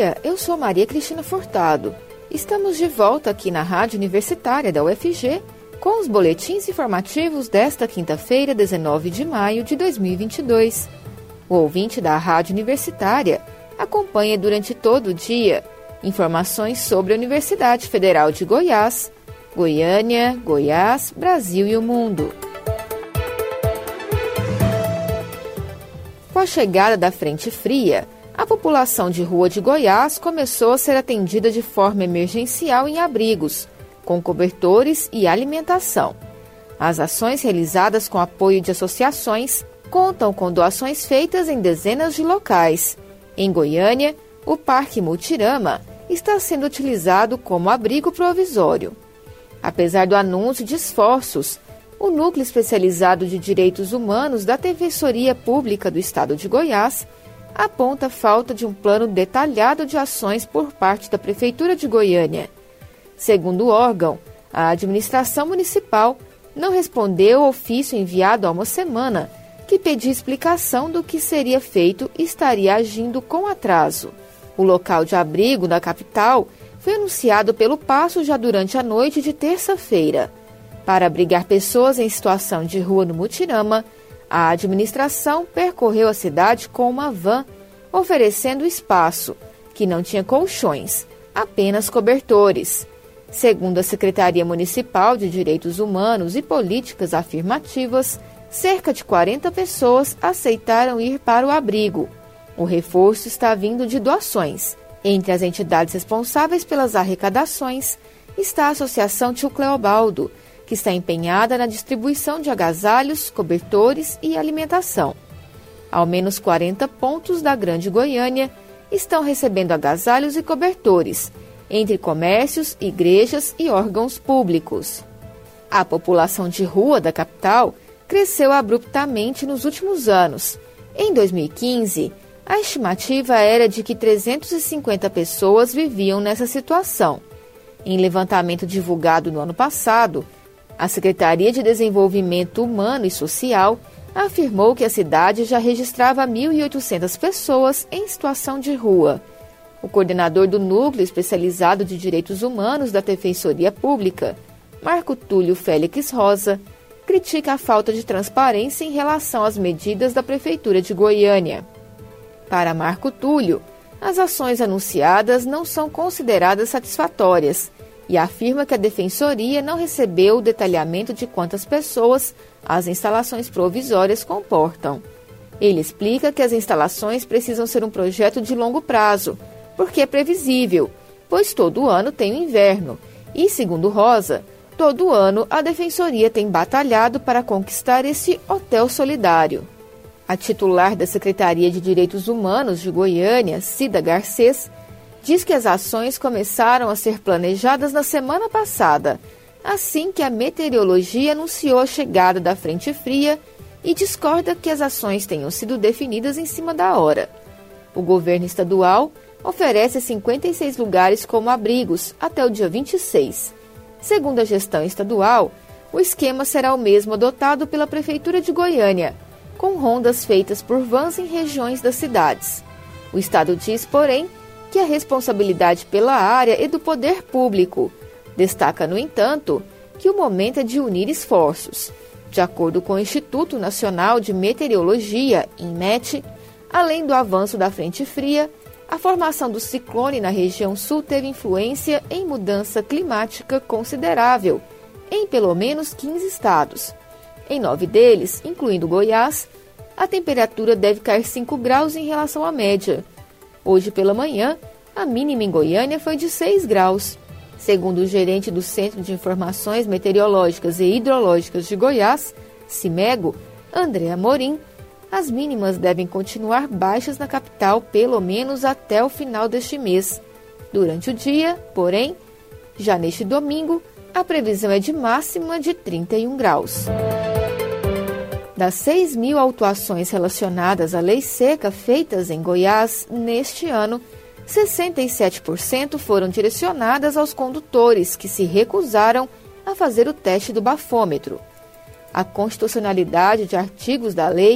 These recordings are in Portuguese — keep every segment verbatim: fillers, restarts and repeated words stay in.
dia, eu sou Maria Cristina Furtado. Estamos de volta aqui na Rádio Universitária da U F G com os boletins informativos desta quinta-feira, dezenove de maio de dois mil e vinte e dois. O ouvinte da Rádio Universitária acompanha durante todo o dia informações sobre a Universidade Federal de Goiás, Goiânia, Goiás, Brasil e o mundo. Com a chegada da frente fria, a população de rua de Goiás começou a ser atendida de forma emergencial em abrigos, com cobertores e alimentação. As ações realizadas com apoio de associações contam com doações feitas em dezenas de locais. Em Goiânia, o Parque Mutirama está sendo utilizado como abrigo provisório. Apesar do anúncio de esforços, o Núcleo Especializado de Direitos Humanos da Defensoria Pública do Estado de Goiás aponta falta de um plano detalhado de ações por parte da Prefeitura de Goiânia. Segundo o órgão, a administração municipal não respondeu ao ofício enviado há uma semana que pedia explicação do que seria feito e estaria agindo com atraso. O local de abrigo da capital foi anunciado pelo Paço já durante a noite de terça-feira. Para abrigar pessoas em situação de rua no Mutirama, a administração percorreu a cidade com uma van, oferecendo espaço, que não tinha colchões, apenas cobertores. Segundo a Secretaria Municipal de Direitos Humanos e Políticas Afirmativas, cerca de quarenta pessoas aceitaram ir para o abrigo. O reforço está vindo de doações. Entre as entidades responsáveis pelas arrecadações está a Associação Tio Cleobaldo, que está empenhada na distribuição de agasalhos, cobertores e alimentação. Ao menos quarenta pontos da Grande Goiânia estão recebendo agasalhos e cobertores, entre comércios, igrejas e órgãos públicos. A população de rua da capital cresceu abruptamente nos últimos anos. Em dois mil e quinze, a estimativa era de que trezentas e cinquenta pessoas viviam nessa situação. Em levantamento divulgado no ano passado, a Secretaria de Desenvolvimento Humano e Social afirmou que a cidade já registrava mil e oitocentas pessoas em situação de rua. O coordenador do Núcleo Especializado de Direitos Humanos da Defensoria Pública, Marco Túlio Félix Rosa, critica a falta de transparência em relação às medidas da Prefeitura de Goiânia. Para Marco Túlio, as ações anunciadas não são consideradas satisfatórias e afirma que a Defensoria não recebeu o detalhamento de quantas pessoas as instalações provisórias comportam. Ele explica que as instalações precisam ser um projeto de longo prazo, porque é previsível, pois todo ano tem o inverno e, segundo Rosa, todo ano a Defensoria tem batalhado para conquistar esse hotel solidário. A titular da Secretaria de Direitos Humanos de Goiânia, Cida Garcês, diz que as ações começaram a ser planejadas na semana passada, assim que a meteorologia anunciou a chegada da frente fria e discorda que as ações tenham sido definidas em cima da hora. O governo estadual oferece cinquenta e seis lugares como abrigos até o dia vinte e seis. Segundo a gestão estadual, o esquema será o mesmo adotado pela Prefeitura de Goiânia, com rondas feitas por vans em regiões das cidades. O estado diz, porém, que a responsabilidade pela área é do poder público. Destaca, no entanto, que o momento é de unir esforços. De acordo com o Instituto Nacional de Meteorologia, INMET, além do avanço da frente fria, a formação do ciclone na região sul teve influência em mudança climática considerável, em pelo menos quinze estados. Em nove deles, incluindo Goiás, a temperatura deve cair cinco graus em relação à média. Hoje pela manhã, a mínima em Goiânia foi de seis graus. Segundo o gerente do Centro de Informações Meteorológicas e Hidrológicas de Goiás, CIMEGO, André Amorim, as mínimas devem continuar baixas na capital pelo menos até o final deste mês. Durante o dia, porém, já neste domingo, a previsão é de máxima de trinta e um graus. Das seis mil autuações relacionadas à lei seca feitas em Goiás neste ano, sessenta e sete por cento foram direcionadas aos condutores que se recusaram a fazer o teste do bafômetro. A constitucionalidade de artigos da lei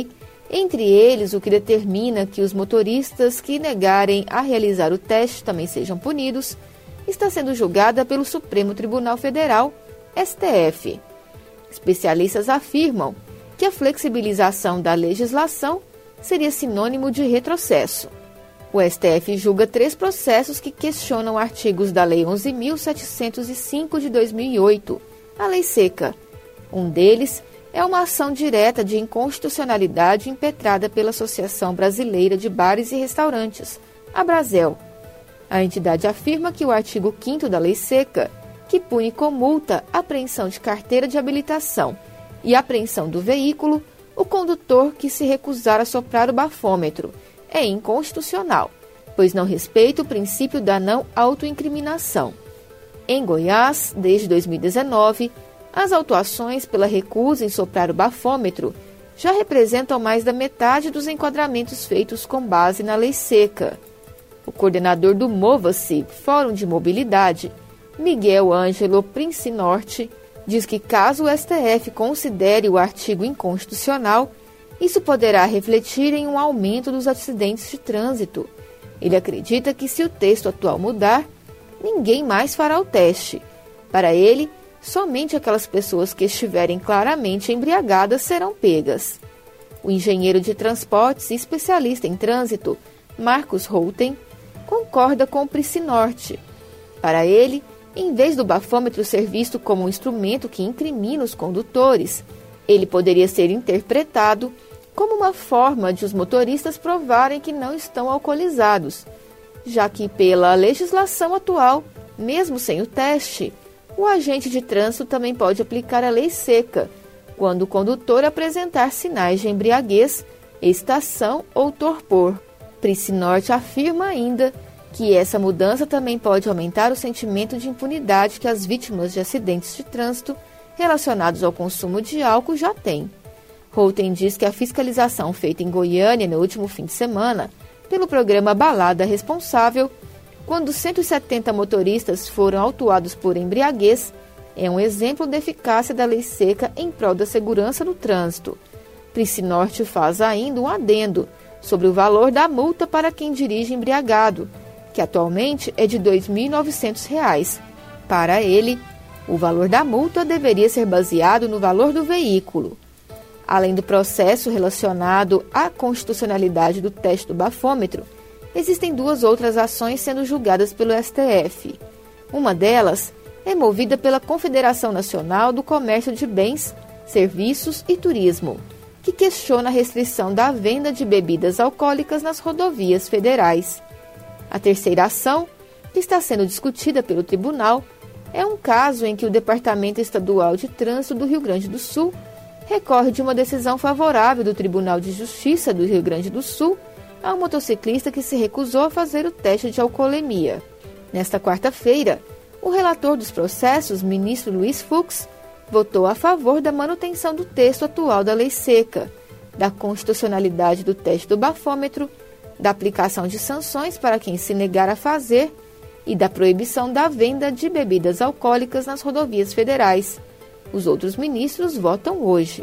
Entre eles, o que determina que os motoristas que negarem a realizar o teste também sejam punidos, está sendo julgada pelo Supremo Tribunal Federal, S T F. Especialistas afirmam que a flexibilização da legislação seria sinônimo de retrocesso. O S T F julga três processos que questionam artigos da Lei onze mil setecentos e cinco de dois mil e oito, a Lei Seca. Um deles é uma ação direta de inconstitucionalidade impetrada pela Associação Brasileira de Bares e Restaurantes, a Brasel. A entidade afirma que o artigo quinto da Lei Seca, que pune com multa a apreensão de carteira de habilitação e a apreensão do veículo, o condutor que se recusar a soprar o bafômetro, é inconstitucional, pois não respeita o princípio da não autoincriminação. Em Goiás, desde dois mil e dezenove, as autuações pela recusa em soprar o bafômetro já representam mais da metade dos enquadramentos feitos com base na Lei Seca. O coordenador do Mova-se, Fórum de Mobilidade, Miguel Ângelo Princinorte, diz que caso o S T F considere o artigo inconstitucional, isso poderá refletir em um aumento dos acidentes de trânsito. Ele acredita que se o texto atual mudar, ninguém mais fará o teste. Para ele, somente aquelas pessoas que estiverem claramente embriagadas serão pegas. O engenheiro de transportes e especialista em trânsito, Marcos Holten, concorda com o Princinorte. Para ele, em vez do bafômetro ser visto como um instrumento que incrimina os condutores, ele poderia ser interpretado como uma forma de os motoristas provarem que não estão alcoolizados, já que, pela legislação atual, mesmo sem o teste, o agente de trânsito também pode aplicar a Lei Seca, quando o condutor apresentar sinais de embriaguez, excitação ou torpor. Princinorte afirma ainda que essa mudança também pode aumentar o sentimento de impunidade que as vítimas de acidentes de trânsito relacionados ao consumo de álcool já têm. Holten diz que a fiscalização feita em Goiânia no último fim de semana, pelo programa Balada Responsável, quando cento e setenta motoristas foram autuados por embriaguez, é um exemplo da eficácia da Lei Seca em prol da segurança no trânsito. Princinorte faz ainda um adendo sobre o valor da multa para quem dirige embriagado, que atualmente é de dois mil e novecentos reais. Para ele, o valor da multa deveria ser baseado no valor do veículo. Além do processo relacionado à constitucionalidade do teste do bafômetro, existem duas outras ações sendo julgadas pelo S T F. Uma delas é movida pela Confederação Nacional do Comércio de Bens, Serviços e Turismo, que questiona a restrição da venda de bebidas alcoólicas nas rodovias federais. A terceira ação, que está sendo discutida pelo tribunal, é um caso em que o Departamento Estadual de Trânsito do Rio Grande do Sul recorre de uma decisão favorável do Tribunal de Justiça do Rio Grande do Sul a um motociclista que se recusou a fazer o teste de alcoolemia. Nesta quarta-feira, o relator dos processos, ministro Luiz Fux, votou a favor da manutenção do texto atual da Lei Seca, da constitucionalidade do teste do bafômetro, da aplicação de sanções para quem se negar a fazer e da proibição da venda de bebidas alcoólicas nas rodovias federais. Os outros ministros votam hoje.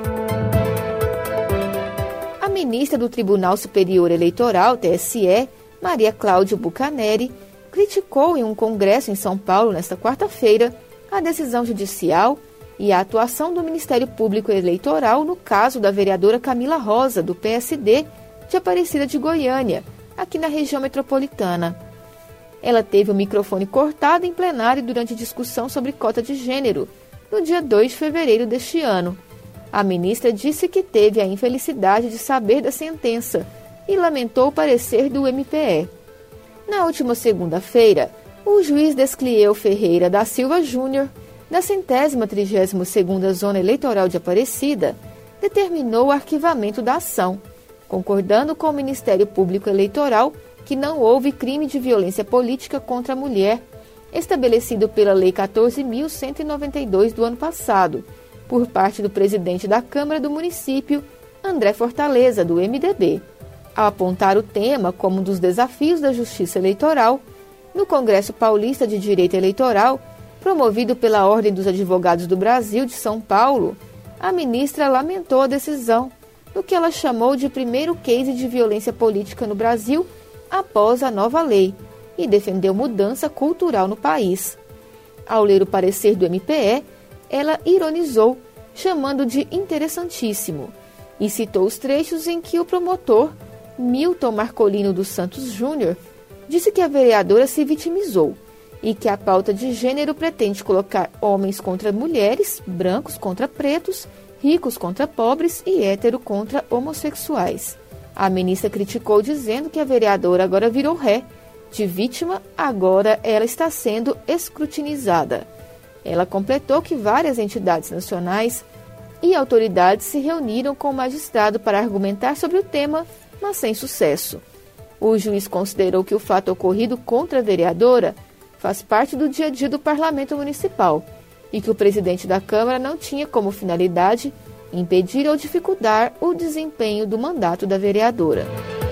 A ministra do Tribunal Superior Eleitoral, T S E, Maria Cláudia Bucaneri, criticou em um congresso em São Paulo nesta quarta-feira a decisão judicial e a atuação do Ministério Público Eleitoral no caso da vereadora Camila Rosa, do P S D, de Aparecida de Goiânia, aqui na região metropolitana. Ela teve o microfone cortado em plenário durante discussão sobre cota de gênero, no dia dois de fevereiro deste ano. A ministra disse que teve a infelicidade de saber da sentença e lamentou o parecer do M P E. Na última segunda-feira, o juiz Desclieu Ferreira da Silva Júnior, da centésima trigésima segunda Zona Eleitoral de Aparecida, determinou o arquivamento da ação, concordando com o Ministério Público Eleitoral que não houve crime de violência política contra a mulher, estabelecido pela Lei quatorze mil cento e noventa e dois do ano passado, por parte do presidente da Câmara do município, André Fortaleza, do M D B. Ao apontar o tema como um dos desafios da Justiça Eleitoral, no Congresso Paulista de Direito Eleitoral, promovido pela Ordem dos Advogados do Brasil de São Paulo, a ministra lamentou a decisão, no que ela chamou de primeiro case de violência política no Brasil após a nova lei e defendeu mudança cultural no país. Ao ler o parecer do M P E, ela ironizou, chamando de interessantíssimo, e citou os trechos em que o promotor, Milton Marcolino dos Santos Júnior, disse que a vereadora se vitimizou e que a pauta de gênero pretende colocar homens contra mulheres, brancos contra pretos, ricos contra pobres e hétero contra homossexuais. A ministra criticou dizendo que a vereadora agora virou ré. De vítima, agora ela está sendo escrutinizada. Ela completou que várias entidades nacionais e autoridades se reuniram com o magistrado para argumentar sobre o tema, mas sem sucesso. O juiz considerou que o fato ocorrido contra a vereadora faz parte do dia a dia do Parlamento Municipal e que o presidente da Câmara não tinha como finalidade impedir ou dificultar o desempenho do mandato da vereadora.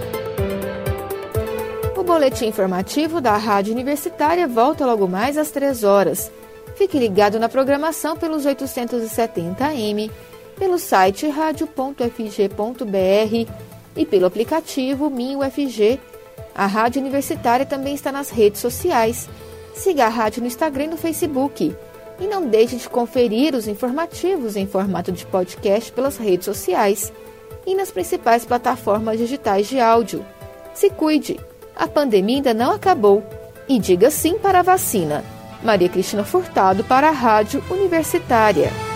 O boletim informativo da Rádio Universitária volta logo mais às três horas. Fique ligado na programação pelos oitocentos e setenta A M, pelo site rádio ponto f g ponto b r e pelo aplicativo Minho U F G. A Rádio Universitária também está nas redes sociais. Siga a rádio no Instagram e no Facebook. E não deixe de conferir os informativos em formato de podcast pelas redes sociais e nas principais plataformas digitais de áudio. Se cuide! A pandemia ainda não acabou. E diga sim para a vacina. Maria Cristina Furtado para a Rádio Universitária.